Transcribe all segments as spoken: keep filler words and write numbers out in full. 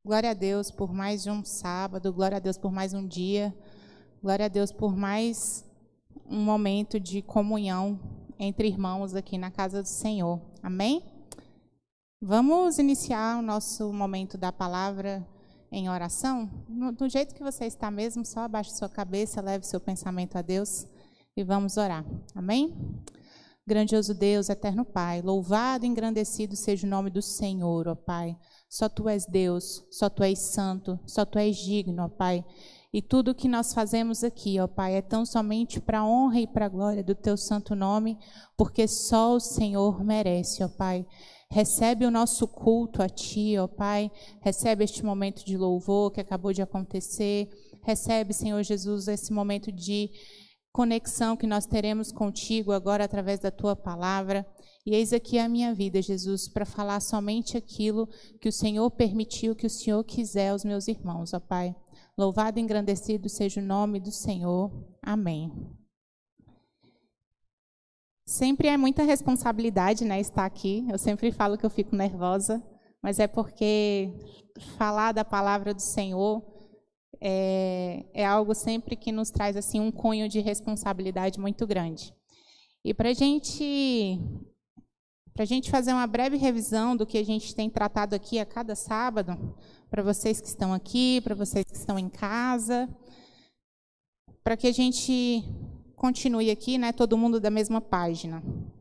Glória a Deus por mais um sábado, glória a Deus por mais um dia, glória a Deus por mais um momento de comunhão entre irmãos aqui na casa do Senhor. Amém? Vamos iniciar o nosso momento da palavra em oração? No, do jeito que você está mesmo, só abaixe sua cabeça, leve seu pensamento a Deus e vamos orar. Amém? Grandioso Deus, eterno Pai, louvado e engrandecido seja o nome do Senhor, ó Pai. Só Tu és Deus, só Tu és santo, só Tu és digno, ó Pai. E tudo o que nós fazemos aqui, ó Pai, é tão somente para a honra e para a glória do Teu santo nome, porque só o Senhor merece, ó Pai. Recebe o nosso culto a Ti, ó Pai. Recebe este momento de louvor que acabou de acontecer. Recebe, Senhor Jesus, esse momento de conexão que nós teremos contigo agora através da Tua palavra. E eis aqui a minha vida, Jesus, para falar somente aquilo que o Senhor permitiu, que o Senhor quiser aos meus irmãos, ó Pai. Louvado e engrandecido seja o nome do Senhor. Amém. Sempre é muita responsabilidade, né, estar aqui. Eu sempre falo que eu fico nervosa, mas é porque falar da palavra do Senhor é, é algo sempre que nos traz assim um cunho de responsabilidade muito grande. E para a gente... Para a gente fazer uma breve revisão do que a gente tem tratado aqui a cada sábado, para vocês que estão aqui, para vocês que estão em casa, para que a gente continue aqui, né, todo mundo da mesma página.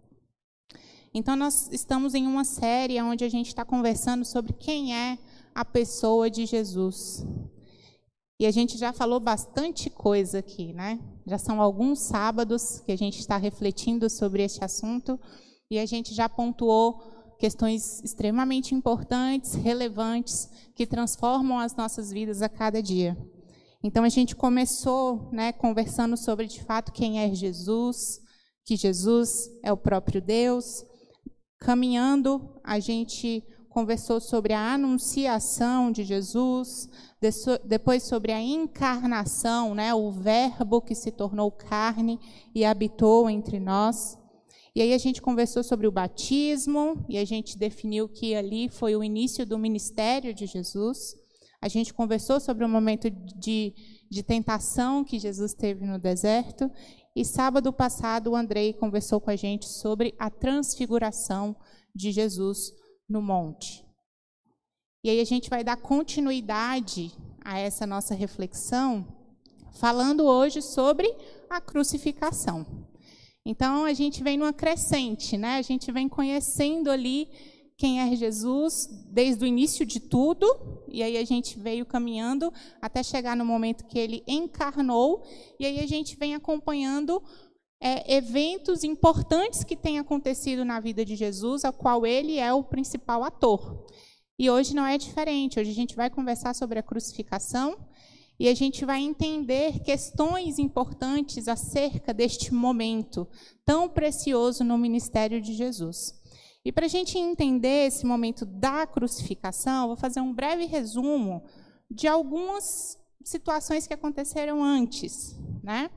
Então, nós estamos em uma série onde a gente está conversando sobre quem é a pessoa de Jesus. E a gente já falou bastante coisa aqui, né? Já são alguns sábados que a gente está refletindo sobre este assunto, e a gente já pontuou questões extremamente importantes, relevantes, que transformam as nossas vidas a cada dia. Então, a gente começou, né, conversando sobre, de fato, quem é Jesus, que Jesus é o próprio Deus. Caminhando, a gente conversou sobre a anunciação de Jesus, depois sobre a encarnação, né, o verbo que se tornou carne e habitou entre nós. E aí a gente conversou sobre o batismo, e a gente definiu que ali foi o início do ministério de Jesus. A gente conversou sobre o momento de, de tentação que Jesus teve no deserto. E sábado passado o Andrei conversou com a gente sobre a transfiguração de Jesus no monte. E aí a gente vai dar continuidade a essa nossa reflexão, falando hoje sobre a crucificação. Então, a gente vem numa crescente, né? A gente vem conhecendo ali quem é Jesus desde o início de tudo, e aí a gente veio caminhando até chegar no momento que ele encarnou, e aí a gente vem acompanhando é, eventos importantes que têm acontecido na vida de Jesus, ao qual ele é o principal ator. E hoje não é diferente, hoje a gente vai conversar sobre a crucificação, e a gente vai entender questões importantes acerca deste momento tão precioso no ministério de Jesus. E para a gente entender esse momento da crucificação, vou fazer um breve resumo de algumas situações que aconteceram antes, né?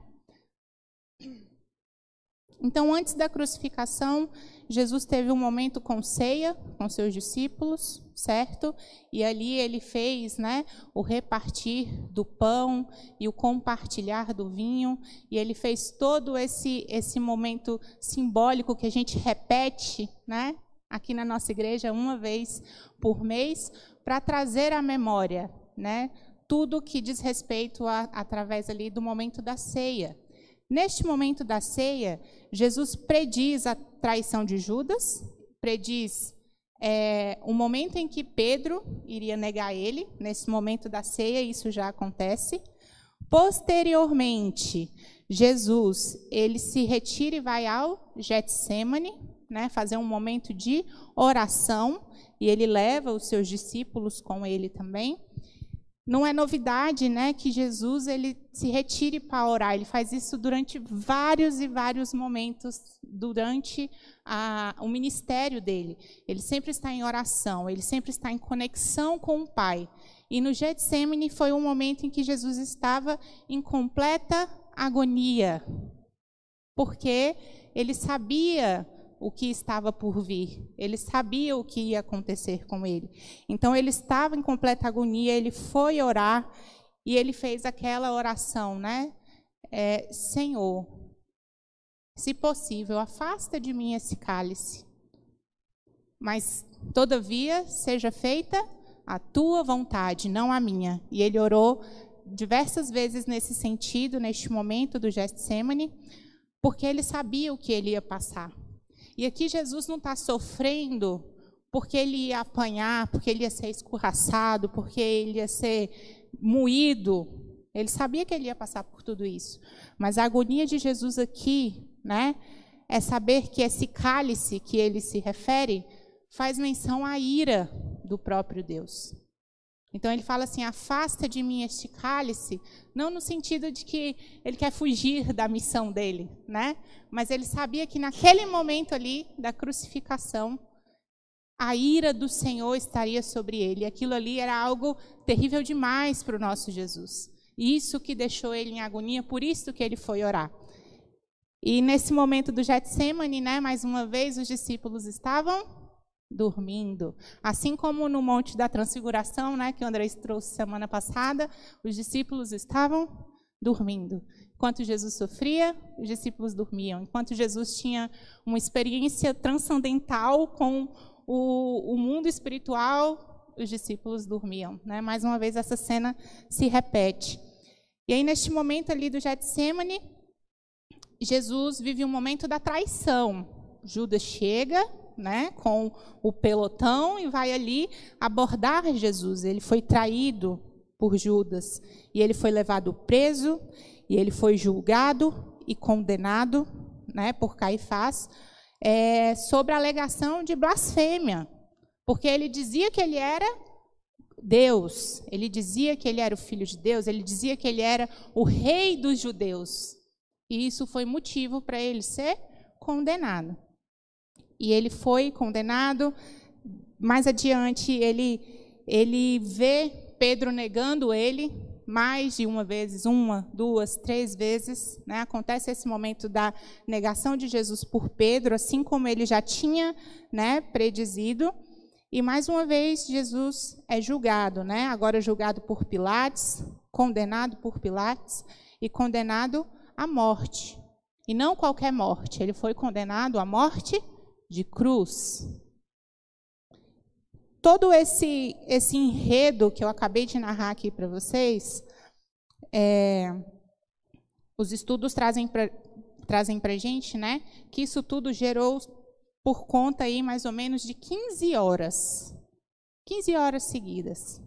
Então, antes da crucificação, Jesus teve um momento com ceia, com seus discípulos, certo? E ali ele fez, né, o repartir do pão e o compartilhar do vinho, e ele fez todo esse, esse momento simbólico que a gente repete, né, aqui na nossa igreja uma vez por mês, para trazer à memória, né, tudo que diz respeito a, através ali do momento da ceia. Neste momento da ceia, Jesus prediz a traição de Judas, prediz é, o momento em que Pedro iria negar ele. Nesse momento da ceia, isso já acontece. Posteriormente, Jesus ele se retira e vai ao Getsêmani, né, fazer um momento de oração, e ele leva os seus discípulos com ele também. Não é novidade, né, que Jesus ele se retire para orar. Ele faz isso durante vários e vários momentos durante a, o ministério dele. Ele sempre está em oração, ele sempre está em conexão com o Pai. E no Getsêmani foi um momento em que Jesus estava em completa agonia, porque ele sabia o que estava por vir. Ele sabia o que ia acontecer com ele. Então, ele estava em completa agonia, ele foi orar e ele fez aquela oração, né? É, Senhor, se possível, afasta de mim esse cálice. Mas, todavia, seja feita a tua vontade, não a minha. E ele orou diversas vezes nesse sentido, neste momento do Getsêmani, porque ele sabia o que ele ia passar. E aqui Jesus não está sofrendo porque ele ia apanhar, porque ele ia ser escorraçado, porque ele ia ser moído. Ele sabia que ele ia passar por tudo isso. Mas a agonia de Jesus aqui, né, é saber que esse cálice que ele se refere faz menção à ira do próprio Deus. Então ele fala assim, afasta de mim este cálice, não no sentido de que ele quer fugir da missão dele, né? Mas ele sabia que naquele momento ali da crucificação, a ira do Senhor estaria sobre ele. E aquilo ali era algo terrível demais para o nosso Jesus. E isso que deixou ele em agonia, por isso que ele foi orar. E nesse momento do Getsêmani, né, mais uma vez, os discípulos estavam dormindo. Assim como no Monte da Transfiguração, né, que o André trouxe semana passada, os discípulos estavam dormindo. Enquanto Jesus sofria, os discípulos dormiam. Enquanto Jesus tinha uma experiência transcendental com o, o mundo espiritual, os discípulos dormiam, né? Mais uma vez essa cena se repete. E aí, neste momento ali do Getsêmani, Jesus vive um momento da traição. Judas chega, né, com o pelotão e vai ali abordar Jesus. Ele foi traído por Judas e ele foi levado preso e ele foi julgado e condenado, né, por Caifás, é, sobre a alegação de blasfêmia, porque ele dizia que ele era Deus, ele dizia que ele era o Filho de Deus, ele dizia que ele era o rei dos judeus, e isso foi motivo para ele ser condenado. E ele foi condenado. Mais adiante, ele, ele vê Pedro negando ele mais de uma vez, uma, duas, três vezes, né? Acontece esse momento da negação de Jesus por Pedro, assim como ele já tinha, né, predizido. E mais uma vez, Jesus é julgado, né? Agora julgado por Pilatos, condenado por Pilatos e condenado à morte. E não qualquer morte, ele foi condenado à morte de cruz. Todo esse, esse enredo que eu acabei de narrar aqui para vocês, é, os estudos trazem para trazem para a gente, né, que isso tudo gerou por conta aí mais ou menos de quinze horas. quinze horas seguidas.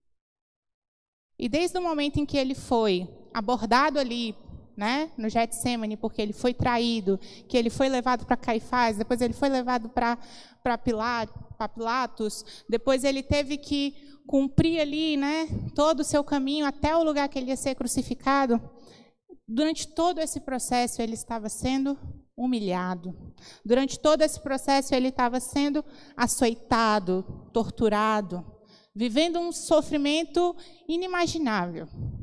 E desde o momento em que ele foi abordado ali, né, no Getsêmani, porque ele foi traído, que ele foi levado para Caifás, depois ele foi levado para para Pilatos, depois ele teve que cumprir ali, né, todo o seu caminho até o lugar que ele ia ser crucificado. Durante todo esse processo ele estava sendo humilhado. Durante todo esse processo ele estava sendo açoitado, torturado, vivendo um sofrimento inimaginável.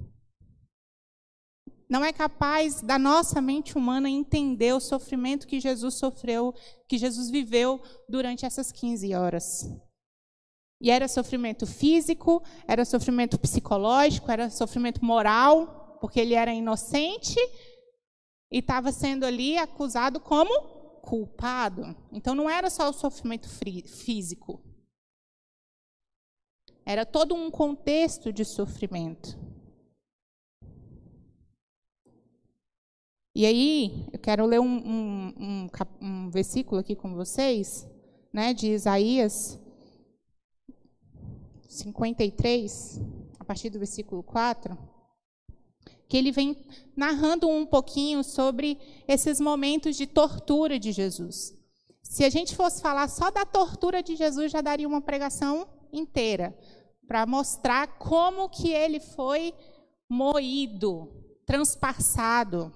Não é capaz da nossa mente humana entender o sofrimento que Jesus sofreu, que Jesus viveu durante essas quinze horas. E era sofrimento físico, era sofrimento psicológico, era sofrimento moral, porque ele era inocente e estava sendo ali acusado como culpado. Então não era só o sofrimento físico. Era todo um contexto de sofrimento. E aí, eu quero ler um, um, um, um versículo aqui com vocês, né, de Isaías cinquenta e três, a partir do versículo quatro, que ele vem narrando um pouquinho sobre esses momentos de tortura de Jesus. Se a gente fosse falar só da tortura de Jesus, já daria uma pregação inteira, para mostrar como que ele foi moído, transpassado.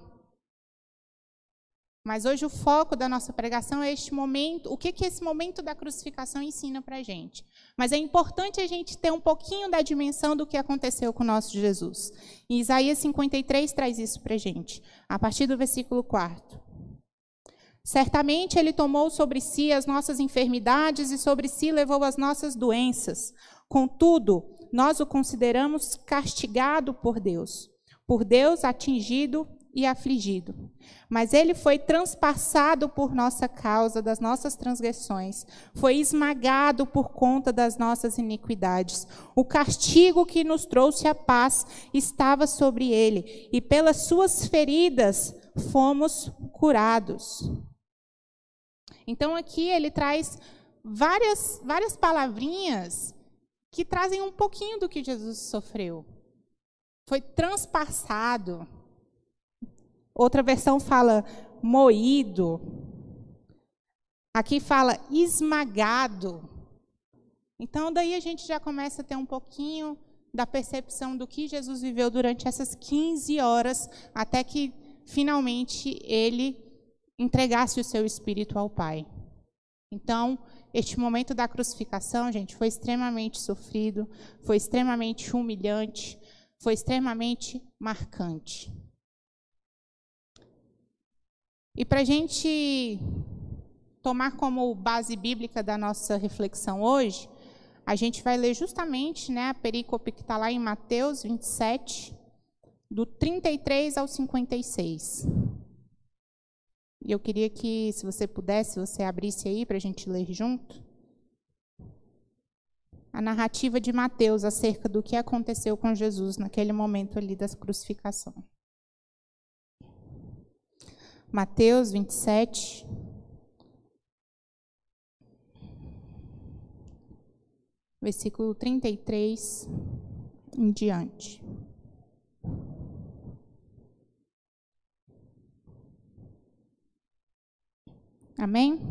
Mas hoje o foco da nossa pregação é este momento, o que, que esse momento da crucificação ensina para a gente. Mas é importante a gente ter um pouquinho da dimensão do que aconteceu com o nosso Jesus. E Isaías cinquenta e três traz isso para a gente, a partir do versículo quatro. Certamente ele tomou sobre si as nossas enfermidades e sobre si levou as nossas doenças. Contudo, nós o consideramos castigado por Deus, por Deus atingido e afligido. Mas ele foi transpassado por nossa causa, das nossas transgressões, foi esmagado por conta das nossas iniquidades. O castigo que nos trouxe a paz estava sobre ele, e pelas suas feridas fomos curados. Então aqui ele traz várias, várias palavrinhas que trazem um pouquinho do que Jesus sofreu. Foi transpassado. Outra versão fala moído. Aqui fala esmagado. Então, daí a gente já começa a ter um pouquinho da percepção do que Jesus viveu durante essas quinze horas, até que, finalmente, ele entregasse o seu espírito ao Pai. Então, este momento da crucificação, gente, foi extremamente sofrido, foi extremamente humilhante, foi extremamente marcante. E para a gente tomar como base bíblica da nossa reflexão hoje, a gente vai ler justamente, né, a perícope que está lá em Mateus vinte e sete, do trinta e três ao cinquenta e seis. E eu queria que, se você pudesse, você abrisse aí para a gente ler junto. A narrativa de Mateus acerca do que aconteceu com Jesus naquele momento ali da crucificação. Mateus vinte e sete, versículo trinta e três em diante. Amém?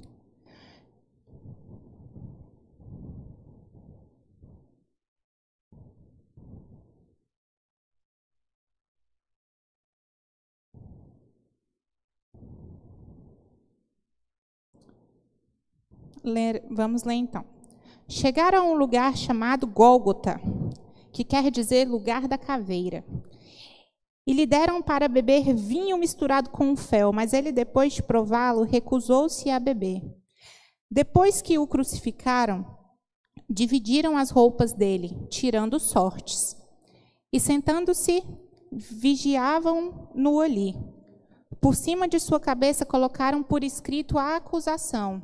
Ler, vamos ler então. Chegaram a um lugar chamado Gólgota, que quer dizer lugar da caveira. E lhe deram para beber vinho misturado com fel, mas ele, depois de prová-lo, recusou-se a beber. Depois que o crucificaram, dividiram as roupas dele, tirando sortes. E sentando-se, vigiavam-no ali. Por cima de sua cabeça colocaram por escrito a acusação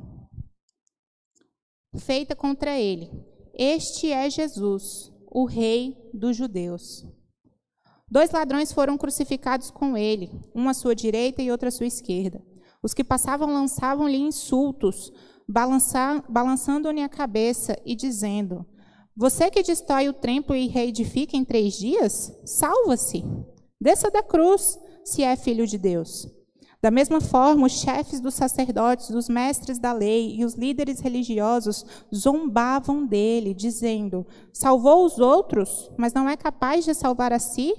feita contra ele. Este é Jesus, o Rei dos Judeus. Dois ladrões foram crucificados com ele, um à sua direita e outro à sua esquerda. Os que passavam lançavam-lhe insultos, balançando-lhe a cabeça e dizendo: Você que destrói o templo e reedifica em três dias, salva-se. Desça da cruz, se é filho de Deus. Da mesma forma, os chefes dos sacerdotes, dos mestres da lei e os líderes religiosos zombavam dele, dizendo: Salvou os outros, mas não é capaz de salvar a si?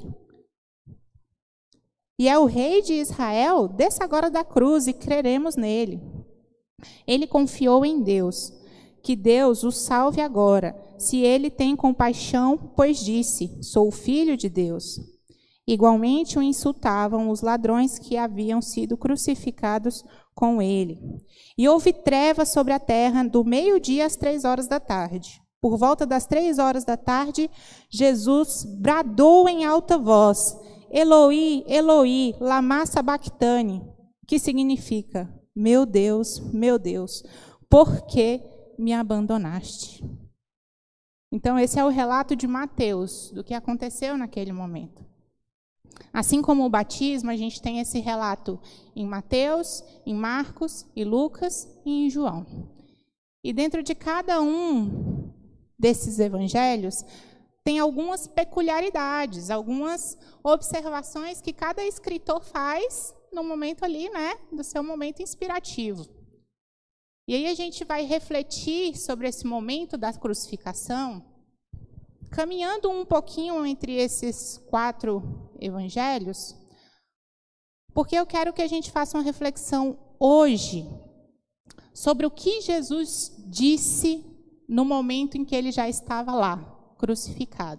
E é o rei de Israel? Desça agora da cruz e creremos nele. Ele confiou em Deus, que Deus o salve agora, se ele tem compaixão, pois disse: Sou o filho de Deus. Igualmente o insultavam os ladrões que haviam sido crucificados com ele. E houve trevas sobre a terra do meio-dia às três horas da tarde. Por volta das três horas da tarde, Jesus bradou em alta voz: Eloi, Eloi, lama sabachthani, que significa: Meu Deus, meu Deus, por que me abandonaste? Então esse é o relato de Mateus, do que aconteceu naquele momento. Assim como o batismo, a gente tem esse relato em Mateus, em Marcos, em Lucas e em João. E dentro de cada um desses evangelhos, tem algumas peculiaridades, algumas observações que cada escritor faz no momento ali, né, do seu momento inspirativo. E aí a gente vai refletir sobre esse momento da crucificação, caminhando um pouquinho entre esses quatro evangelhos, porque eu quero que a gente faça uma reflexão hoje sobre o que Jesus disse no momento em que ele já estava lá, crucificado.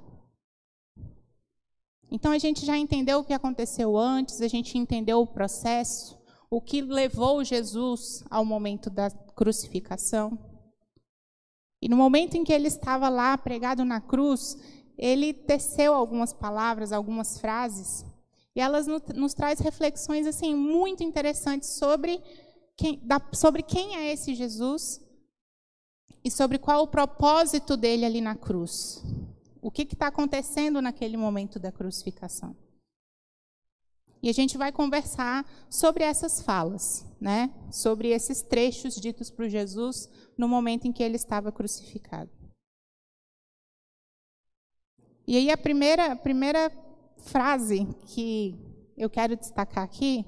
Então a gente já entendeu o que aconteceu antes, a gente entendeu o processo, o que levou Jesus ao momento da crucificação. E no momento em que ele estava lá pregado na cruz, ele teceu algumas palavras, algumas frases, e elas nos, nos traz reflexões assim muito interessantes sobre quem, da, sobre quem é esse Jesus e sobre qual o propósito dele ali na cruz. O que está acontecendo naquele momento da crucificação. E a gente vai conversar sobre essas falas, né? Sobre esses trechos ditos por Jesus no momento em que ele estava crucificado. E aí a primeira, a primeira frase que eu quero destacar aqui,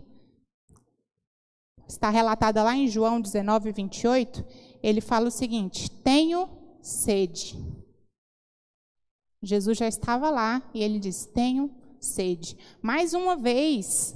está relatada lá em João dezenove, vinte e oito, ele fala o seguinte: tenho sede. Jesus já estava lá e ele diz: tenho sede. Mais uma vez,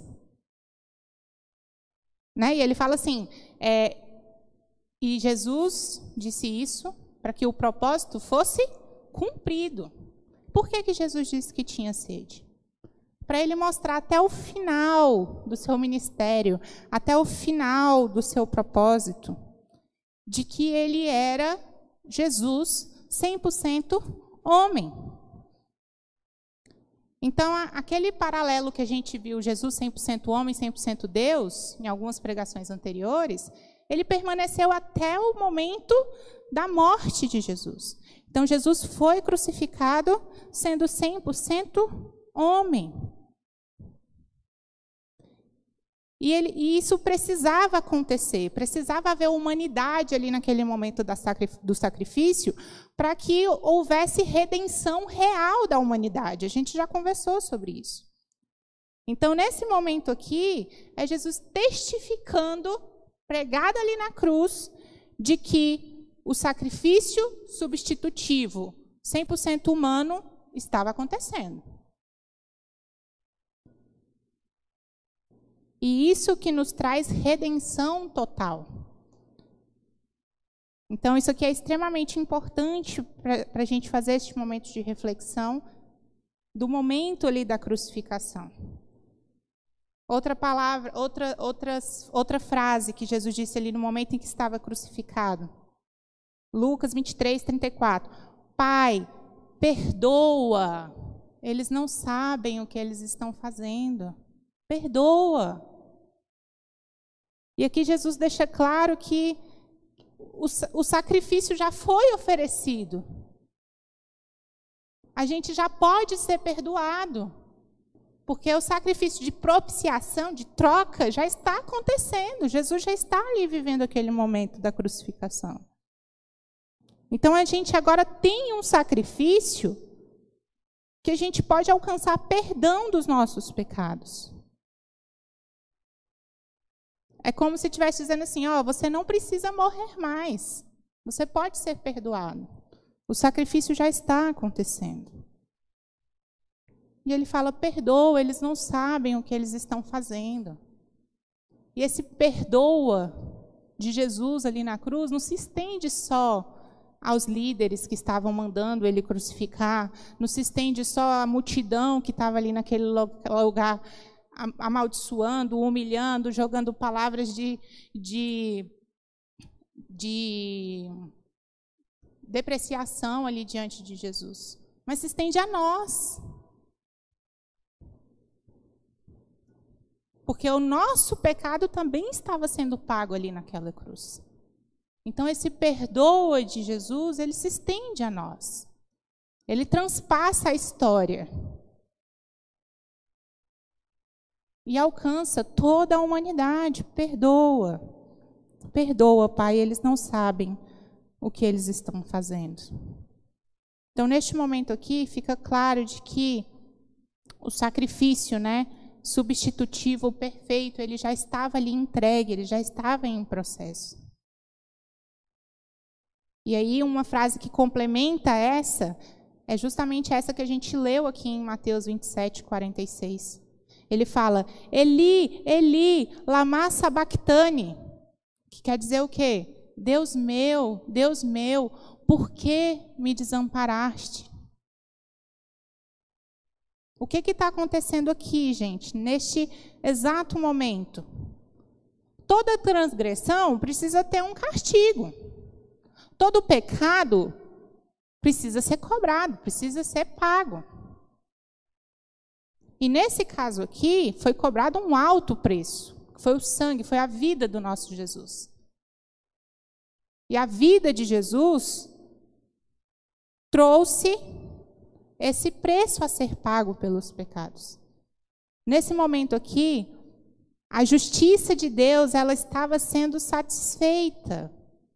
né? E ele fala assim, é, e Jesus disse isso para que o propósito fosse cumprido. Por que que Jesus disse que tinha sede? Para ele mostrar até o final do seu ministério, até o final do seu propósito, de que ele era Jesus cem por cento homem. Então, aquele paralelo que a gente viu, Jesus cem por cento homem, cem por cento Deus, em algumas pregações anteriores, ele permaneceu até o momento da morte de Jesus. Então, Jesus foi crucificado sendo cem por cento homem. E, ele, e isso precisava acontecer, precisava haver humanidade ali naquele momento da sacri, do sacrifício, para que houvesse redenção real da humanidade. A gente já conversou sobre isso. Então, nesse momento aqui, é Jesus testificando, pregado ali na cruz, de que o sacrifício substitutivo, cem por cento humano, estava acontecendo. E isso que nos traz redenção total. Então, isso aqui é extremamente importante para a gente fazer este momento de reflexão do momento ali da crucificação. Outra palavra, outra, outras, outra frase que Jesus disse ali no momento em que estava crucificado. Lucas vinte e três, trinta e quatro. Pai, perdoa. Eles não sabem o que eles estão fazendo. Perdoa. E aqui Jesus deixa claro que o, o sacrifício já foi oferecido. A gente já pode ser perdoado. Porque o sacrifício de propiciação, de troca, já está acontecendo. Jesus já está ali vivendo aquele momento da crucificação. Então a gente agora tem um sacrifício que a gente pode alcançar perdão dos nossos pecados. É como se estivesse dizendo assim, ó, você não precisa morrer mais. Você pode ser perdoado. O sacrifício já está acontecendo. E ele fala, perdoa, eles não sabem o que eles estão fazendo. E esse perdoa de Jesus ali na cruz não se estende só aos líderes que estavam mandando ele crucificar, não se estende só à multidão que estava ali naquele lugar amaldiçoando, humilhando, jogando palavras de, de, de depreciação ali diante de Jesus. Mas se estende a nós. Porque o nosso pecado também estava sendo pago ali naquela cruz. Então, esse perdoa de Jesus, ele se estende a nós. Ele transpassa a história. E alcança toda a humanidade. Perdoa. Perdoa, Pai, eles não sabem o que eles estão fazendo. Então, neste momento aqui, fica claro de que o sacrifício, né, substitutivo, perfeito, ele já estava ali entregue, ele já estava em processo. E aí, uma frase que complementa essa, é justamente essa que a gente leu aqui em Mateus vinte e sete, quarenta e seis. Ele fala, Eli, Eli, lama sabachthani, que quer dizer o quê? Deus meu, Deus meu, por que me desamparaste? O que está acontecendo aqui, gente, neste exato momento? toda transgressão precisa ter um castigo. Todo pecado precisa ser cobrado, precisa ser pago. E nesse caso aqui, foi cobrado um alto preço. Foi o sangue, foi a vida do nosso Jesus. E a vida de Jesus trouxe esse preço a ser pago pelos pecados. Nesse momento aqui, a justiça de Deus, ela estava sendo satisfeita.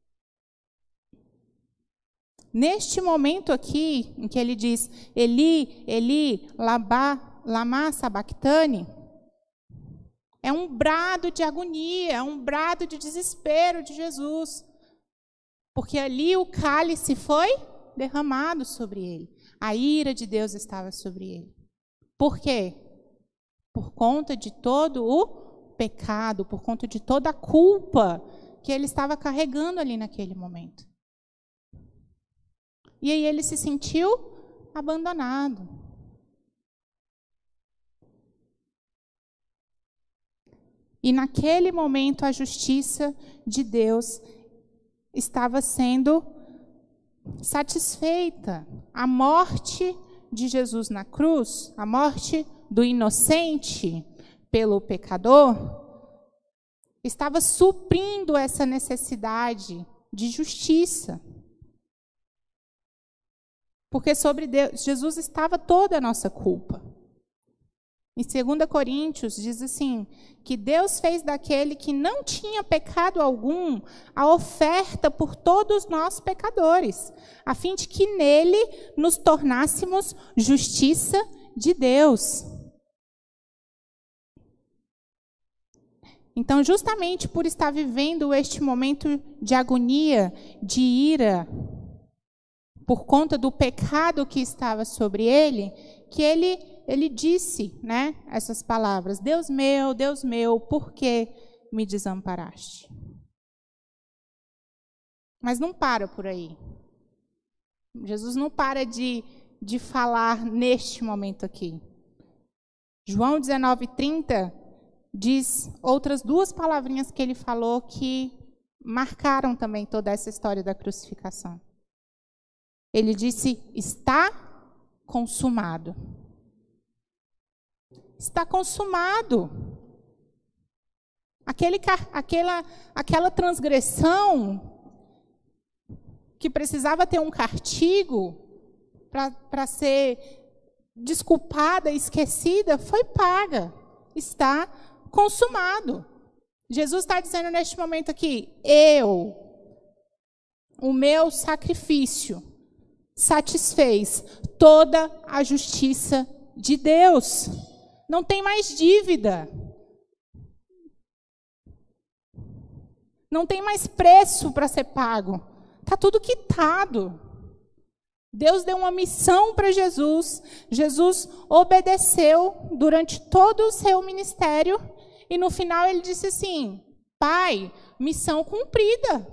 Neste momento aqui, em que ele diz, Eli, Eli, laba, lama sabactane, é um brado de agonia, é um brado de desespero de Jesus. Porque ali o cálice foi derramado sobre ele. A ira de Deus estava sobre ele. Por quê? Por conta de todo o pecado, por conta de toda a culpa que ele estava carregando ali naquele momento. E aí ele se sentiu abandonado. E naquele momento a justiça de Deus estava sendo satisfeita. A morte de Jesus na cruz, a morte do inocente pelo pecador, estava suprindo essa necessidade de justiça. Porque sobre Deus, Jesus estava toda a nossa culpa. Em segunda Coríntios diz assim, que Deus fez daquele que não tinha pecado algum a oferta por todos nós pecadores, a fim de que nele nos tornássemos justiça de Deus. Então, justamente por estar vivendo este momento de agonia, de ira, por conta do pecado que estava sobre ele, que ele, ele disse, né, essas palavras, Deus meu, Deus meu, por que me desamparaste? Mas não para por aí. Jesus não para de, de falar neste momento aqui. João dezenove, trinta diz outras duas palavrinhas que ele falou que marcaram também toda essa história da crucificação. Ele disse, está consumado. Está consumado. Aquele, aquela, aquela transgressão que precisava ter um castigo para ser desculpada, esquecida, foi paga. Está consumado. Jesus está dizendo neste momento aqui, eu, o meu sacrifício, satisfez toda a justiça de Deus. Não tem mais dívida. Não tem mais preço para ser pago. Está tudo quitado. Deus deu uma missão para Jesus. Jesus obedeceu durante todo o seu ministério. E no final ele disse assim, Pai, missão cumprida.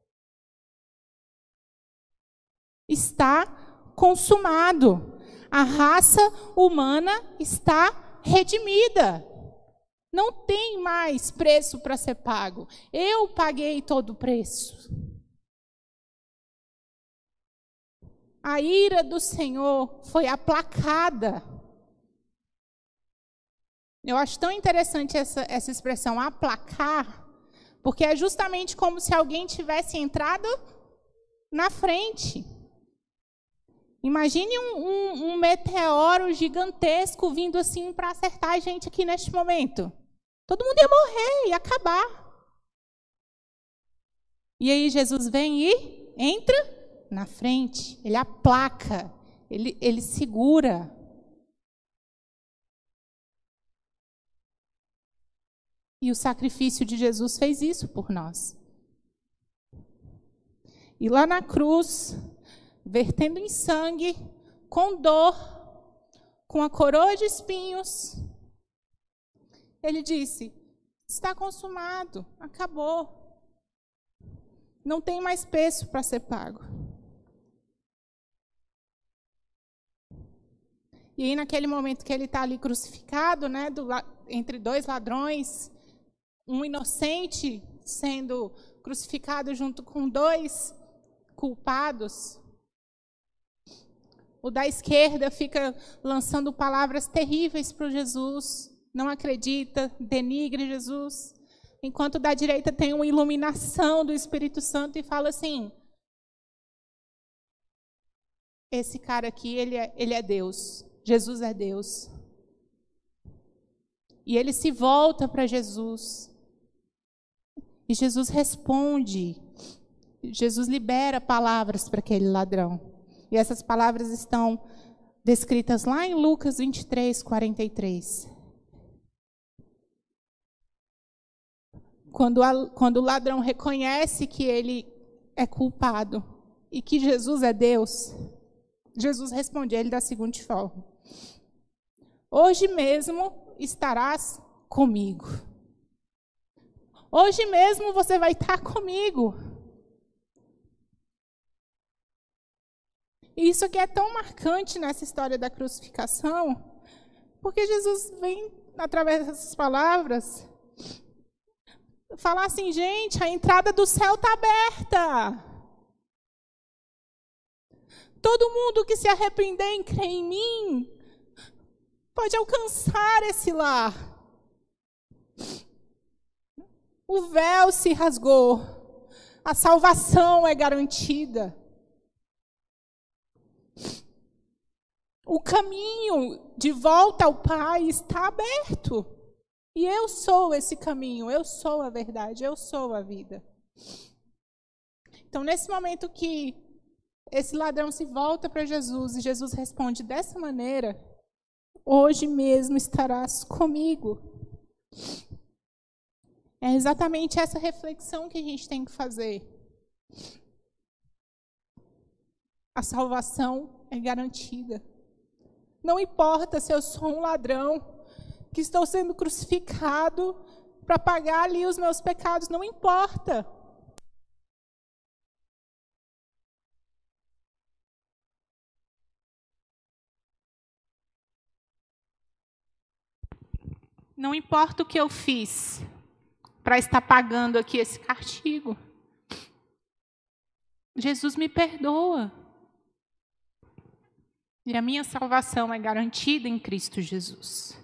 Está consumado. A raça humana está redimida. Não tem mais preço para ser pago. Eu paguei todo o preço. A ira do Senhor foi aplacada. Eu acho tão interessante essa, essa expressão, aplacar, porque é justamente como se alguém tivesse entrado na frente. Imagine um, um, um meteoro gigantesco vindo assim para acertar a gente aqui neste momento. Todo mundo ia morrer, ia acabar. E aí Jesus vem e entra na frente. Ele aplaca, ele, ele segura. E o sacrifício de Jesus fez isso por nós. E lá na cruz, vertendo em sangue, com dor, com a coroa de espinhos, ele disse, está consumado, acabou. Não tem mais preço para ser pago. E aí naquele momento que ele está ali crucificado, né, do, entre dois ladrões, um inocente sendo crucificado junto com dois culpados. O da esquerda fica lançando palavras terríveis para Jesus, não acredita, denigre Jesus, enquanto o da direita tem uma iluminação do Espírito Santo e fala assim: esse cara aqui, ele é, ele é Deus, Jesus é Deus. E ele se volta para Jesus. E Jesus responde. Jesus libera palavras para aquele ladrão. E essas palavras estão descritas lá em Lucas vinte e três, quarenta e três. Quando, a, quando o ladrão reconhece que ele é culpado e que Jesus é Deus, Jesus responde a ele da seguinte forma: hoje mesmo estarás comigo. Hoje mesmo você vai estar comigo. E isso aqui é tão marcante nessa história da crucificação, porque Jesus vem, através dessas palavras, falar assim: gente, a entrada do céu está aberta. Todo mundo que se arrepender e crer em mim pode alcançar esse lar. O véu se rasgou. A salvação é garantida. O caminho de volta ao Pai está aberto. E eu sou esse caminho, eu sou a verdade, eu sou a vida. Então, nesse momento que esse ladrão se volta para Jesus e Jesus responde dessa maneira: hoje mesmo estarás comigo. É exatamente essa reflexão que a gente tem que fazer. A salvação é garantida. Não importa se eu sou um ladrão que estou sendo crucificado para pagar ali os meus pecados, não importa. Não importa o que eu fiz para estar pagando aqui esse castigo. Jesus me perdoa. E a minha salvação é garantida em Cristo Jesus.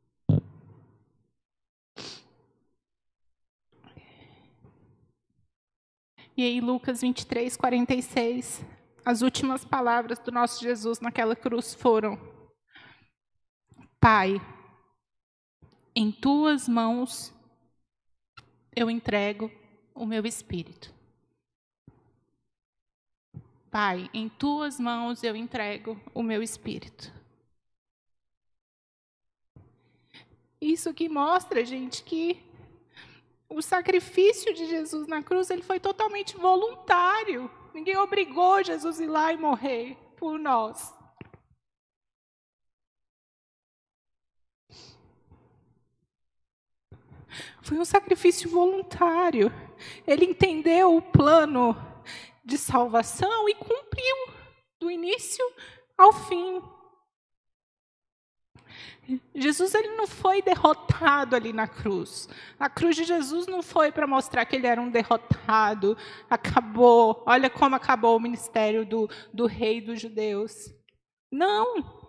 E aí, Lucas vinte e três, quarenta e seis, as últimas palavras do nosso Jesus naquela cruz foram: Pai, em tuas mãos eu entrego o meu espírito. Pai, em tuas mãos eu entrego o meu espírito. Isso que mostra, gente, que o sacrifício de Jesus na cruz, ele foi totalmente voluntário. Ninguém obrigou Jesus a ir lá e morrer por nós. Foi um sacrifício voluntário. Ele entendeu o plano de salvação e cumpriu do início ao fim. Jesus, ele não foi derrotado ali na cruz. A cruz de Jesus não foi para mostrar que ele era um derrotado. Acabou, olha como acabou o ministério do, do rei dos judeus. Não.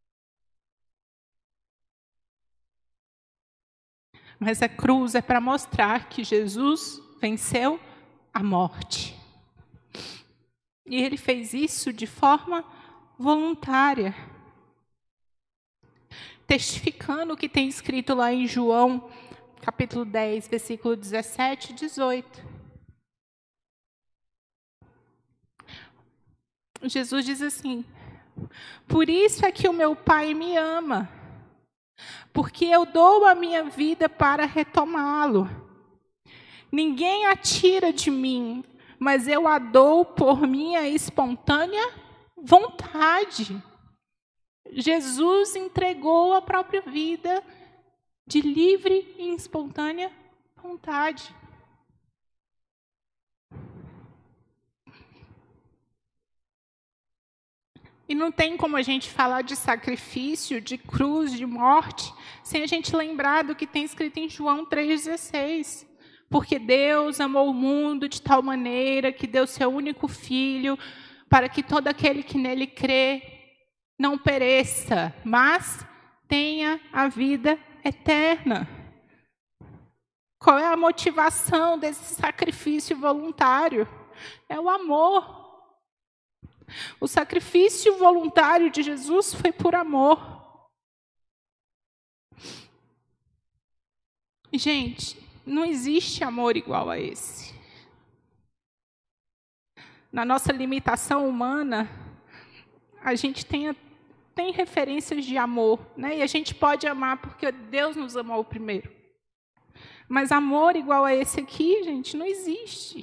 Mas a cruz é para mostrar que Jesus venceu a morte. E ele fez isso de forma voluntária. Testificando o que tem escrito lá em João, capítulo dez, versículo dezessete e dezoito. Jesus diz assim: por isso é que o meu Pai me ama, porque eu dou a minha vida para retomá-lo. Ninguém a tira de mim, mas eu a dou por minha espontânea vontade. Jesus entregou a própria vida de livre e espontânea vontade. E não tem como a gente falar de sacrifício, de cruz, de morte, sem a gente lembrar do que tem escrito em João três dezesseis. Porque Deus amou o mundo de tal maneira que deu seu único filho, para que todo aquele que nele crê não pereça, mas tenha a vida eterna. Qual é a motivação desse sacrifício voluntário? É o amor. O sacrifício voluntário de Jesus foi por amor. Gente, não existe amor igual a esse. Na nossa limitação humana, a gente tem, tem referências de amor, né? E a gente pode amar porque Deus nos amou primeiro. Mas amor igual a esse aqui, gente, não existe.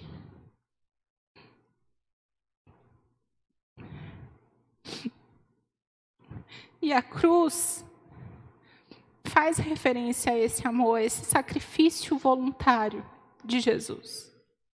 E a cruz faz referência a esse amor, a esse sacrifício voluntário de Jesus.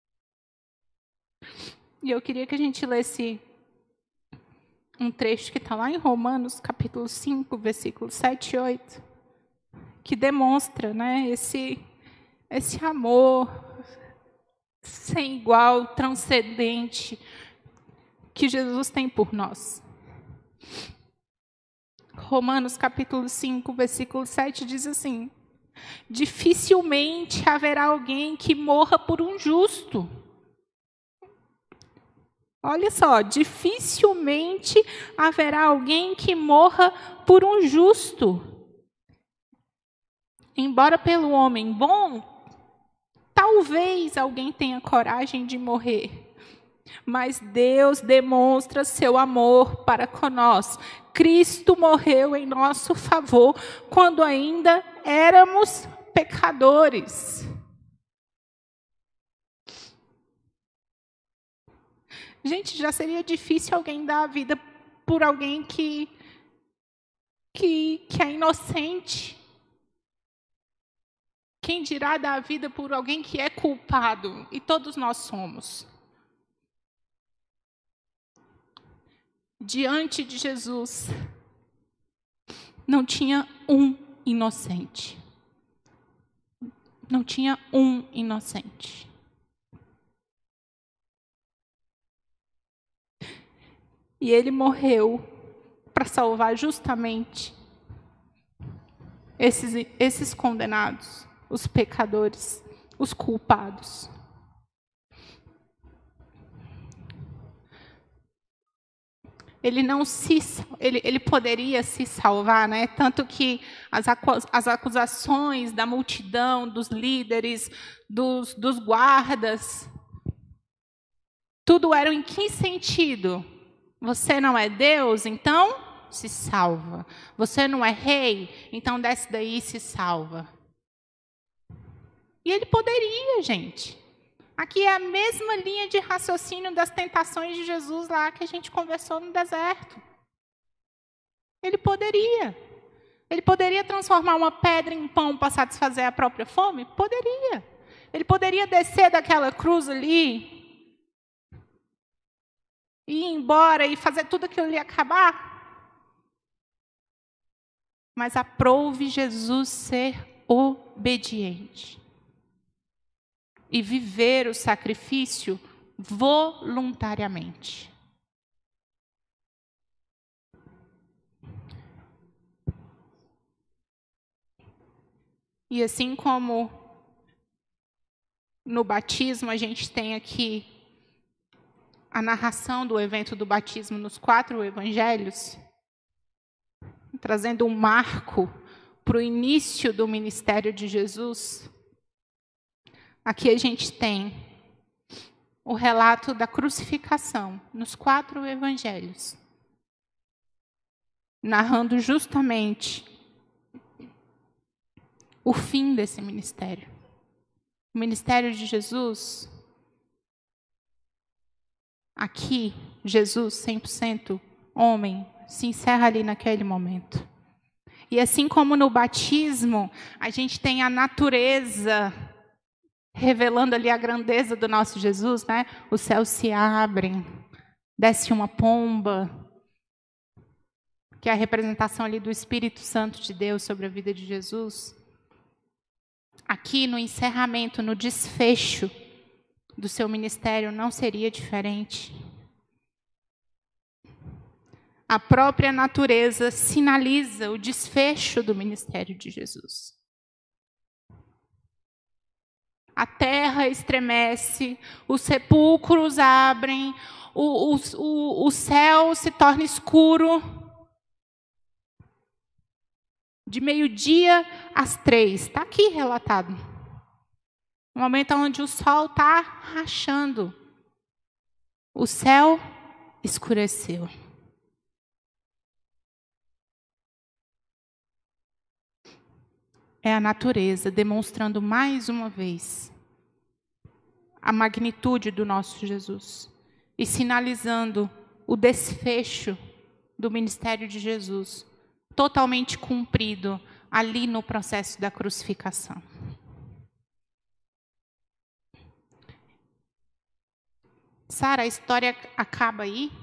E eu queria que a gente lesse um trecho que está lá em Romanos, capítulo cinco, versículos sete e oito, que demonstra, né, esse, esse amor sem igual, transcendente, que Jesus tem por nós. Romanos capítulo cinco, versículo sete diz assim: dificilmente haverá alguém que morra por um justo. Olha só, dificilmente haverá alguém que morra por um justo. Embora pelo homem bom, talvez alguém tenha coragem de morrer. Mas Deus demonstra seu amor para conosco. Cristo morreu em nosso favor quando ainda éramos pecadores. Gente, já seria difícil alguém dar a vida por alguém que, que, que é inocente. Quem dirá dar a vida por alguém que é culpado? E todos nós somos. Diante de Jesus, não tinha um inocente. Não tinha um inocente. E ele morreu para salvar justamente esses, esses condenados, os pecadores, os culpados. Ele não se, ele, ele poderia se salvar, né? Tanto que as, as acusações da multidão, dos líderes, dos, dos guardas, tudo era em que sentido? Você não é Deus, então se salva. Você não é rei, então desce daí e se salva. E ele poderia, gente. Aqui é a mesma linha de raciocínio das tentações de Jesus lá que a gente conversou no deserto. Ele poderia. Ele poderia transformar uma pedra em pão para satisfazer a própria fome? Poderia. Ele poderia descer daquela cruz ali, ir embora e fazer tudo aquilo ali acabar? Mas aprove Jesus ser obediente. E viver o sacrifício voluntariamente. E assim como no batismo a gente tem aqui a narração do evento do batismo nos quatro evangelhos, trazendo um marco para o início do ministério de Jesus. Aqui a gente tem o relato da crucificação nos quatro evangelhos, narrando justamente o fim desse ministério. O ministério de Jesus, aqui, Jesus, cem por cento homem, se encerra ali naquele momento. E assim como no batismo, a gente tem a natureza revelando ali a grandeza do nosso Jesus, né? Os céus se abrem, desce uma pomba, que é a representação ali do Espírito Santo de Deus sobre a vida de Jesus, aqui no encerramento, no desfecho do seu ministério, não seria diferente. A própria natureza sinaliza o desfecho do ministério de Jesus. A terra estremece, os sepulcros abrem, o, o, o, o céu se torna escuro. De meio-dia às três, está aqui relatado. O momento onde o sol está rachando. O céu escureceu. É a natureza demonstrando mais uma vez a magnitude do nosso Jesus e sinalizando o desfecho do ministério de Jesus, totalmente cumprido ali no processo da crucificação. Sara, a história acaba aí?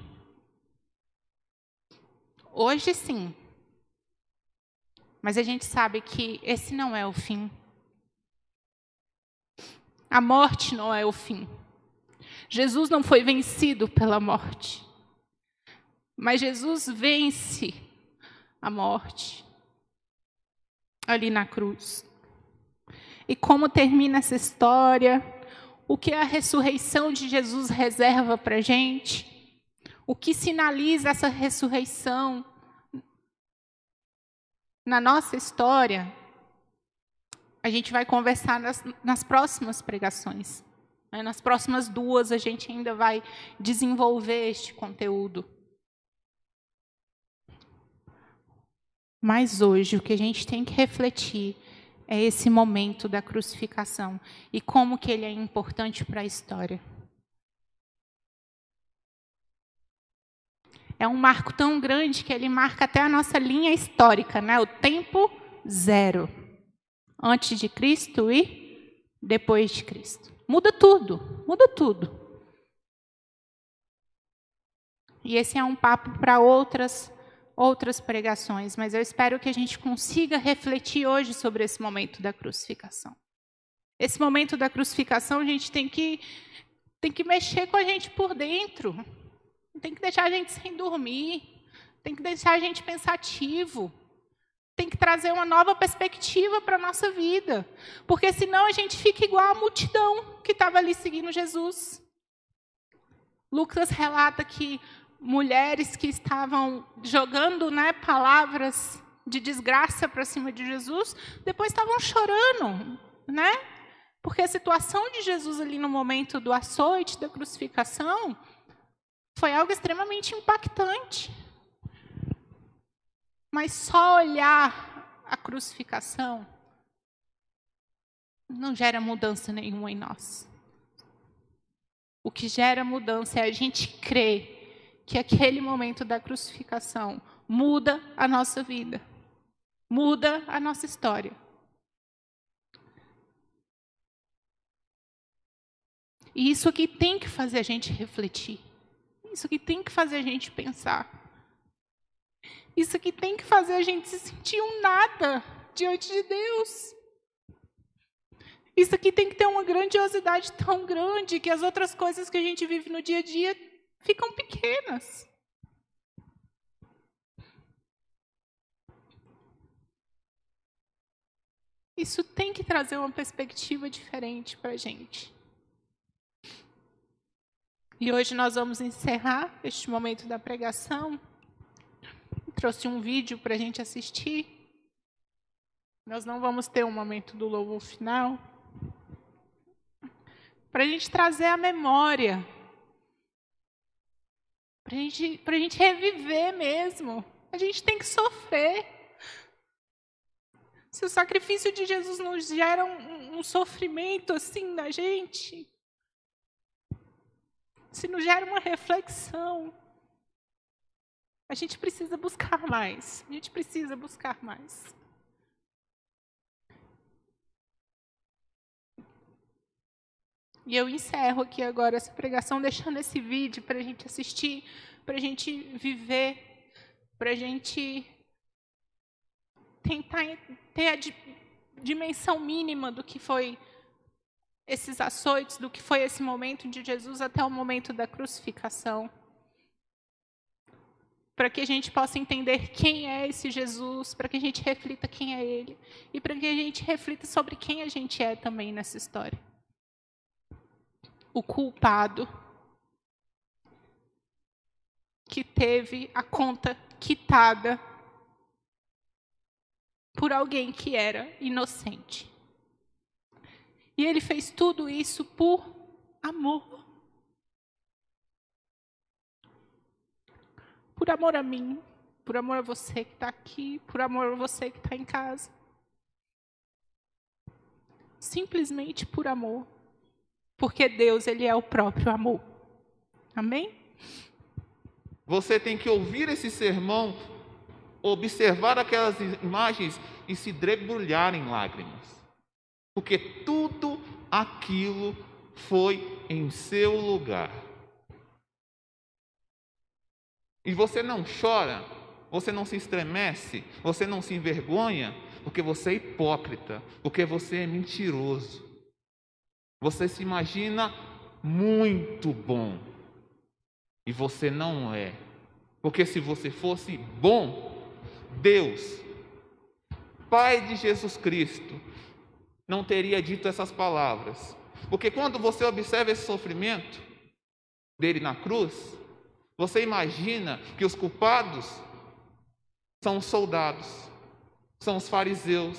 Hoje sim. Mas a gente sabe que esse não é o fim. A morte não é o fim. Jesus não foi vencido pela morte. Mas Jesus vence a morte ali na cruz. E como termina essa história? O que a ressurreição de Jesus reserva para a gente? O que sinaliza essa ressurreição na nossa história? A gente vai conversar nas, nas próximas pregações. Né? Nas próximas duas, a gente ainda vai desenvolver este conteúdo. Mas hoje, o que a gente tem que refletir é esse momento da crucificação e como que ele é importante para a história. É um marco tão grande que ele marca até a nossa linha histórica, né? O tempo zero. Antes de Cristo e depois de Cristo. Muda tudo, muda tudo. E esse é um papo para outras, outras pregações, mas eu espero que a gente consiga refletir hoje sobre esse momento da crucificação. Esse momento da crucificação, a gente tem que, tem que mexer com a gente por dentro. Tem que deixar a gente sem dormir. Tem que deixar a gente pensativo. Tem que trazer uma nova perspectiva para a nossa vida. Porque senão a gente fica igual a multidão que estava ali seguindo Jesus. Lucas relata que mulheres que estavam jogando, né, palavras de desgraça para cima de Jesus, depois estavam chorando, né? Porque a situação de Jesus ali no momento do açoite, da crucificação, foi algo extremamente impactante. Mas só olhar a crucificação não gera mudança nenhuma em nós. O que gera mudança é a gente crer que aquele momento da crucificação muda a nossa vida, muda a nossa história. E isso que tem que fazer a gente refletir. Isso que tem que fazer a gente pensar. Isso que tem que fazer a gente se sentir um nada diante de Deus. Isso aqui tem que ter uma grandiosidade tão grande que as outras coisas que a gente vive no dia a dia ficam pequenas. Isso tem que trazer uma perspectiva diferente para a gente. E hoje nós vamos encerrar este momento da pregação. Trouxe um vídeo para a gente assistir. Nós não vamos ter um momento do louvor final. Para a gente trazer a memória. Para a gente, para a gente reviver mesmo. A gente tem que sofrer. Se o sacrifício de Jesus nos gera um, um sofrimento assim na gente, se nos gera uma reflexão, a gente precisa buscar mais. A gente precisa buscar mais. E eu encerro aqui agora essa pregação, deixando esse vídeo para a gente assistir, para a gente viver para a gente tentar ter a di- dimensão mínima do que foi esses açoites, do que foi esse momento de Jesus até o momento da crucificação. Para que a gente possa entender quem é esse Jesus, para que a gente reflita quem é Ele, e para que a gente reflita sobre quem a gente é também nessa história. O culpado que teve a conta quitada por alguém que era inocente. E ele fez tudo isso por amor. Por amor a mim, por amor a você que está aqui, por amor a você que está em casa. Simplesmente por amor. Porque Deus, Ele é o próprio amor. Amém? Você tem que ouvir esse sermão, observar aquelas imagens e se debulhar em lágrimas. Porque tudo aquilo foi em seu lugar. E você não chora, você não se estremece, você não se envergonha, porque você é hipócrita, porque você é mentiroso. Você se imagina muito bom, e você não é. Porque se você fosse bom, Deus, Pai de Jesus Cristo, não teria dito essas palavras. Porque quando você observa esse sofrimento dele na cruz, você imagina que os culpados são os soldados, são os fariseus.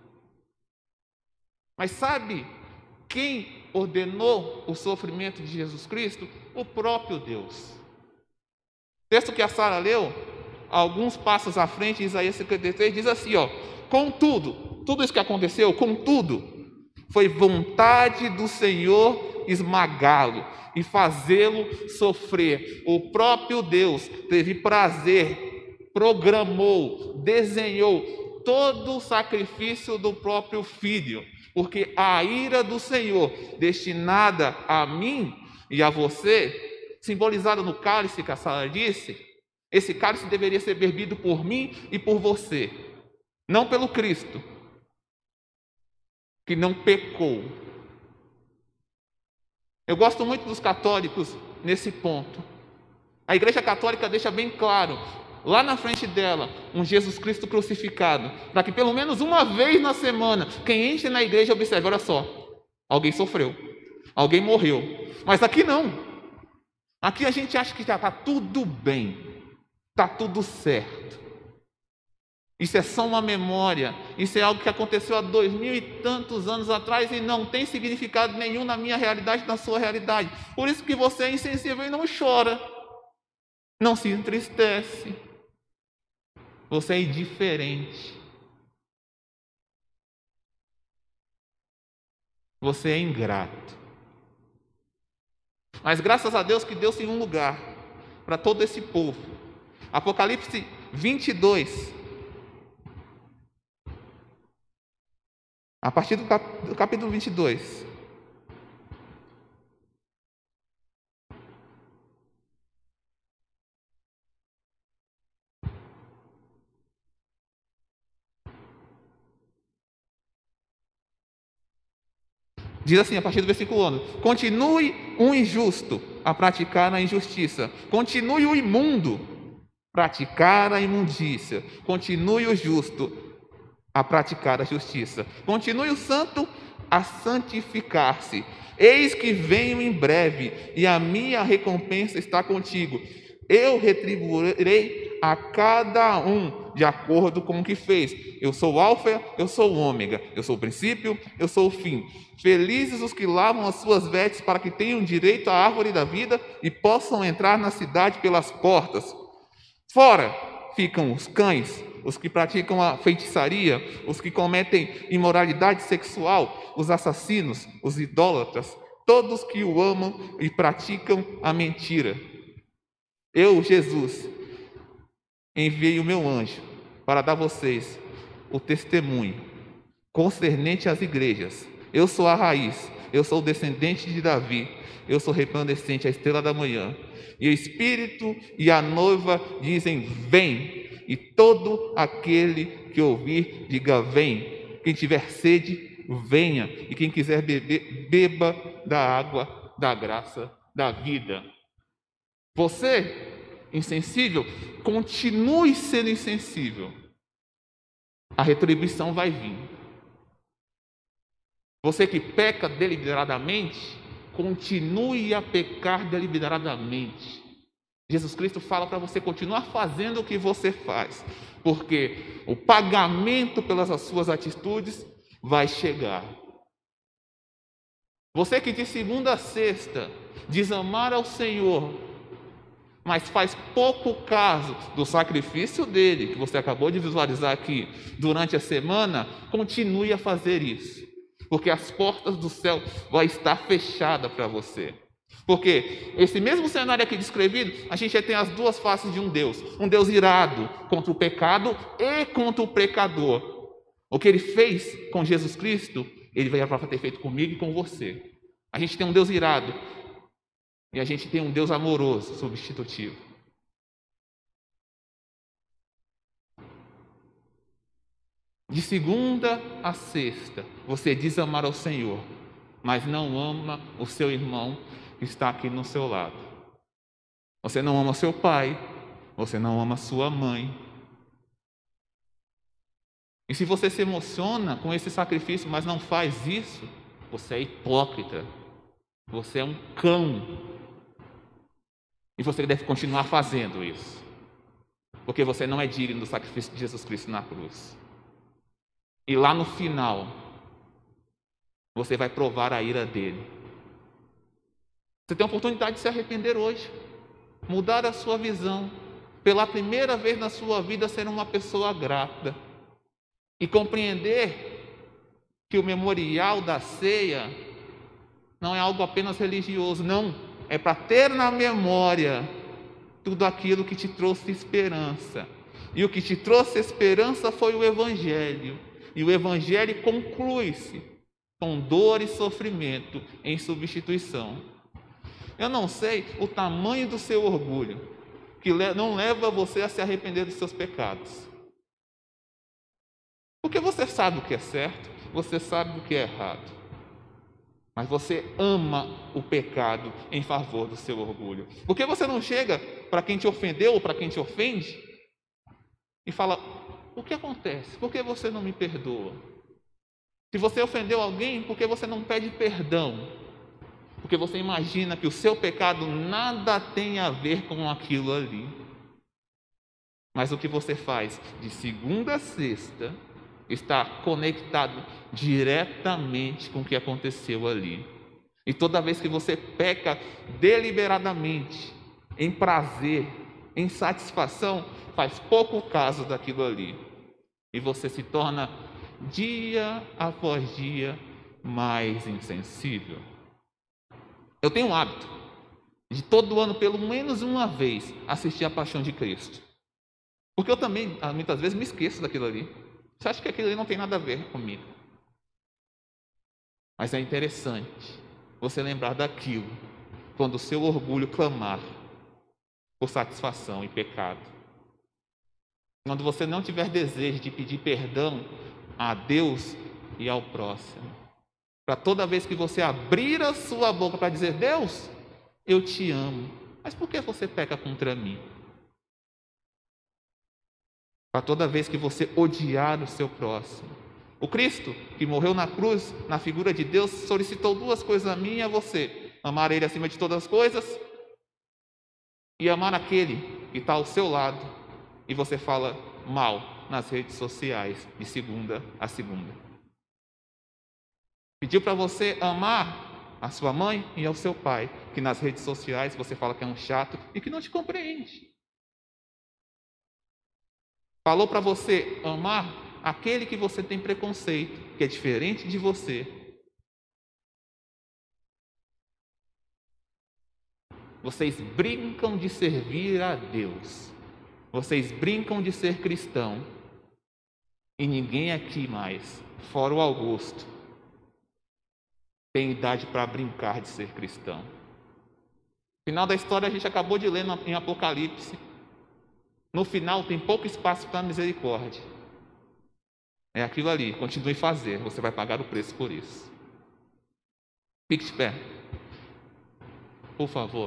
Mas sabe quem ordenou o sofrimento de Jesus Cristo? O próprio Deus. O texto que a Sara leu, alguns passos à frente, Isaías cinquenta e três, diz assim, ó: contudo, tudo isso que aconteceu, contudo, foi vontade do Senhor esmagá-lo e fazê-lo sofrer. O próprio Deus teve prazer, programou, desenhou todo o sacrifício do próprio Filho, porque a ira do Senhor, destinada a mim e a você, simbolizada no cálice que a Sara disse, esse cálice deveria ser bebido por mim e por você, não pelo Cristo, que não pecou. Eu gosto muito dos católicos nesse ponto. A Igreja Católica deixa bem claro, lá na frente dela, um Jesus Cristo crucificado, para que pelo menos uma vez na semana, quem entra na igreja observe, olha só, alguém sofreu, alguém morreu. Mas aqui não. Aqui a gente acha que já está tudo bem, está tudo certo. Isso é só uma memória, isso é algo que aconteceu há dois mil e tantos anos atrás e não tem significado nenhum na minha realidade, na sua realidade. Por isso que você é insensível e não chora, não se entristece. Você é indiferente. Você é ingrato. Mas graças a Deus que deu-se um lugar para todo esse povo. Apocalipse vinte e dois. A partir do, cap, do capítulo vinte e dois. Diz assim, a partir do versículo onze: continue um injusto a praticar a injustiça, continue o imundo praticar a imundícia, continue o justo a praticar a justiça, continue o santo a santificar-se. Eis que venho em breve, e a minha recompensa está contigo. Eu retribuirei a cada um de acordo com o que fez. Eu sou o Alfa, eu sou o Ômega, eu sou o princípio, eu sou o fim. Felizes os que lavam as suas vestes, para que tenham direito à árvore da vida e possam entrar na cidade pelas portas. Fora ficam os cães, os que praticam a feitiçaria, os que cometem imoralidade sexual, os assassinos, os idólatras, todos que o amam e praticam a mentira. Eu, Jesus, enviei o meu anjo para dar a vocês o testemunho concernente às igrejas. Eu sou a raiz, eu sou o descendente de Davi, eu sou resplandecente, a estrela da manhã. E o Espírito e a noiva dizem: vem. e todo aquele que ouvir, diga: vem. Quem tiver sede, venha, e quem quiser beber, beba da água da graça da vida. Você, insensível, continue sendo insensível. A retribuição vai vir. Você que peca deliberadamente, continue a pecar deliberadamente. Jesus Cristo fala para você continuar fazendo o que você faz, porque o pagamento pelas suas atitudes vai chegar. Você que de segunda a sexta diz amar ao Senhor, mas faz pouco caso do sacrifício dele, que você acabou de visualizar aqui, durante a semana, continue a fazer isso, porque as portas do céu vão estar fechadas para você. Porque esse mesmo cenário aqui descrevido, a gente já tem as duas faces de um Deus. Um Deus irado contra o pecado e contra o pecador. O que ele fez com Jesus Cristo, ele vai para ter feito comigo e com você. A gente tem um Deus irado e a gente tem um Deus amoroso, substitutivo. De segunda a sexta, você diz amar ao Senhor, mas não ama o seu irmão que está aqui no seu lado. Você não ama seu pai, você não ama sua mãe. E se você se emociona com esse sacrifício, mas não faz isso, você é hipócrita, você é um cão. E você deve continuar fazendo isso, porque você não é digno do sacrifício de Jesus Cristo na cruz. E lá no final, você vai provar a ira dele. Você tem a oportunidade de se arrepender hoje, mudar a sua visão, pela primeira vez na sua vida ser uma pessoa grata e compreender que o memorial da ceia não é algo apenas religioso, não, é para ter na memória tudo aquilo que te trouxe esperança. E o que te trouxe esperança foi o Evangelho, e o Evangelho conclui-se com dor e sofrimento em substituição. Eu não sei o tamanho do seu orgulho, que não leva você a se arrepender dos seus pecados. Porque você sabe o que é certo, você sabe o que é errado. Mas você ama o pecado em favor do seu orgulho. Porque você não chega para quem te ofendeu ou para quem te ofende e fala: o que acontece? Por que você não me perdoa? Se você ofendeu alguém, por que você não pede perdão? Porque você imagina que o seu pecado nada tem a ver com aquilo ali. Mas o que você faz de segunda a sexta está conectado diretamente com o que aconteceu ali. E toda vez que você peca deliberadamente, em prazer, em satisfação, faz pouco caso daquilo ali. E você se torna, dia após dia, mais insensível. Eu tenho um hábito de todo ano, pelo menos uma vez, assistir a Paixão de Cristo. Porque eu também, muitas vezes, me esqueço daquilo ali. Você acha que aquilo ali não tem nada a ver comigo? Mas é interessante você lembrar daquilo quando o seu orgulho clamar por satisfação e pecado. Quando você não tiver desejo de pedir perdão a Deus e ao próximo. Para toda vez que você abrir a sua boca para dizer: Deus, eu te amo, mas por que você peca contra mim? Para toda vez que você odiar o seu próximo. O Cristo, que morreu na cruz, na figura de Deus, solicitou duas coisas a mim e a você: amar Ele acima de todas as coisas e amar aquele que está ao seu lado e você fala mal nas redes sociais de segunda a segunda. Pediu para você amar a sua mãe e ao seu pai, que nas redes sociais você fala que é um chato e que não te compreende. Falou para você amar aquele que você tem preconceito, que é diferente de você. Vocês brincam de servir a Deus. Vocês brincam de ser cristão. E ninguém aqui mais, fora o Augusto, tem idade para brincar de ser cristão. No final da história a gente acabou de ler em Apocalipse No final tem pouco espaço para misericórdia. É aquilo ali, continue a fazer, você vai pagar o preço por isso. Fique de pé, por favor.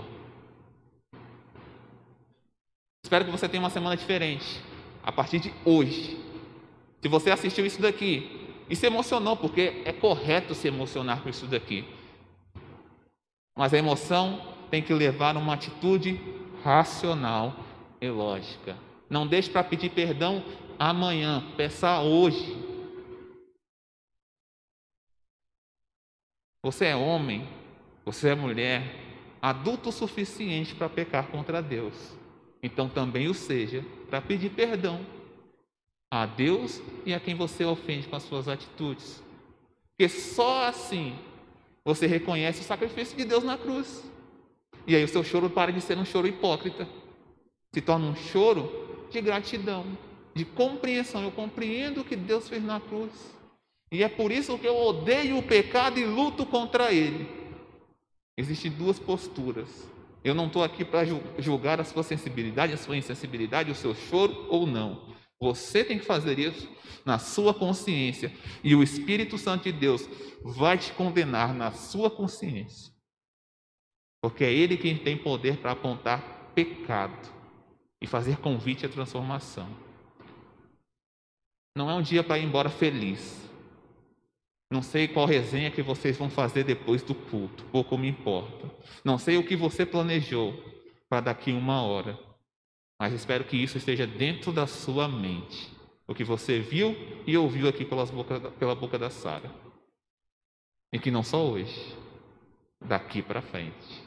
Espero que você tenha uma semana diferente, a partir de hoje. Se você assistiu isso daqui e se emocionou, porque é correto se emocionar com isso daqui, mas a emoção tem que levar a uma atitude racional e lógica. Não deixe para pedir perdão amanhã, peça hoje. Você é homem, você é mulher, adulto o suficiente para pecar contra Deus. Então também o seja para pedir perdão a Deus e a quem você ofende com as suas atitudes. Porque só assim você reconhece o sacrifício de Deus na cruz. E aí o seu choro para de ser um choro hipócrita. Se torna um choro de gratidão, de compreensão. Eu compreendo o que Deus fez na cruz. E é por isso que eu odeio o pecado e luto contra ele. Existem duas posturas. Eu não estou aqui para julgar a sua sensibilidade, a sua insensibilidade, o seu choro ou não. Você tem que fazer isso na sua consciência. E o Espírito Santo de Deus vai te condenar na sua consciência. Porque é Ele quem tem poder para apontar pecado e fazer convite à transformação. Não é um dia para ir embora feliz. Não sei qual resenha que vocês vão fazer depois do culto, pouco me importa. Não sei o que você planejou para daqui uma hora, mas espero que isso esteja dentro da sua mente. O que você viu e ouviu aqui pelas boca, pela boca da Sara. E que não só hoje, daqui para frente.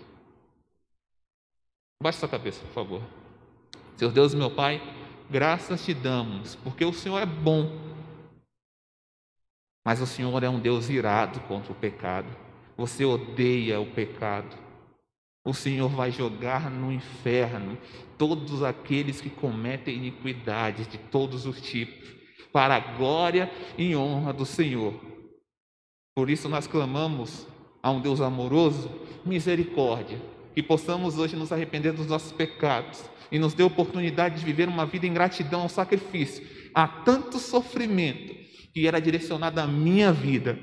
Baixe sua cabeça, por favor. Senhor Deus, meu Pai, graças te damos, porque o Senhor é bom. Mas o Senhor é um Deus irado contra o pecado. Você odeia o pecado. O Senhor vai jogar no inferno todos aqueles que cometem iniquidades de todos os tipos, para a glória e honra do Senhor. Por isso nós clamamos a um Deus amoroso, misericórdia, que possamos hoje nos arrepender dos nossos pecados e nos dê a oportunidade de viver uma vida em gratidão ao sacrifício. Há tanto sofrimento que era direcionado à minha vida.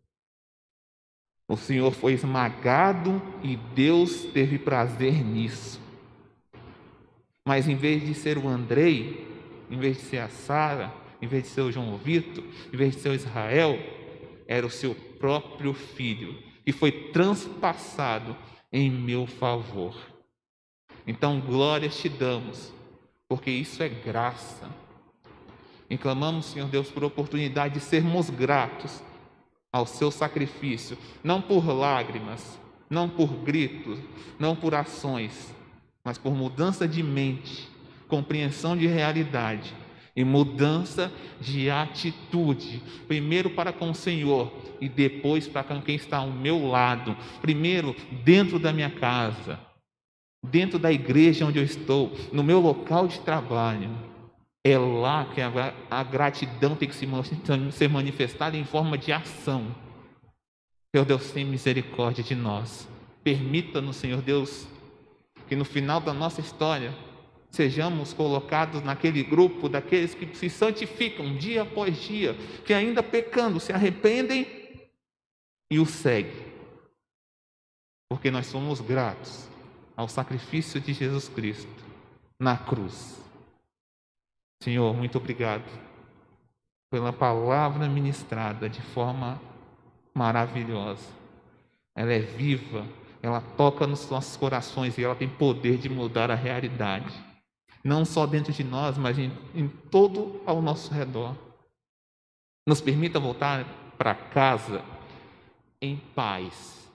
O Senhor foi esmagado e Deus teve prazer nisso. Mas em vez de ser o Andrei, em vez de ser a Sara, em vez de ser o João Vitor, em vez de ser o Israel, era o seu próprio filho, que foi transpassado em meu favor. Então, glórias te damos, porque isso é graça. E clamamos, Senhor Deus, por oportunidade de sermos gratos ao seu sacrifício, não por lágrimas, não por gritos, não por ações, mas por mudança de mente, compreensão de realidade e mudança de atitude, primeiro para com o Senhor e depois para com quem está ao meu lado, primeiro dentro da minha casa, dentro da igreja onde eu estou, no meu local de trabalho. É lá que a, a gratidão tem que se, ser manifestada em forma de ação. Senhor Deus, tem misericórdia de nós. Permita-nos, Senhor Deus, que no final da nossa história sejamos colocados naquele grupo daqueles que se santificam dia após dia, que ainda pecando se arrependem e o seguem. Porque nós somos gratos ao sacrifício de Jesus Cristo na cruz. Senhor, muito obrigado pela palavra ministrada de forma maravilhosa. Ela é viva, ela toca nos nossos corações e ela tem poder de mudar a realidade. Não só dentro de nós, mas em, em todo ao nosso redor. Nos permita voltar para casa em paz,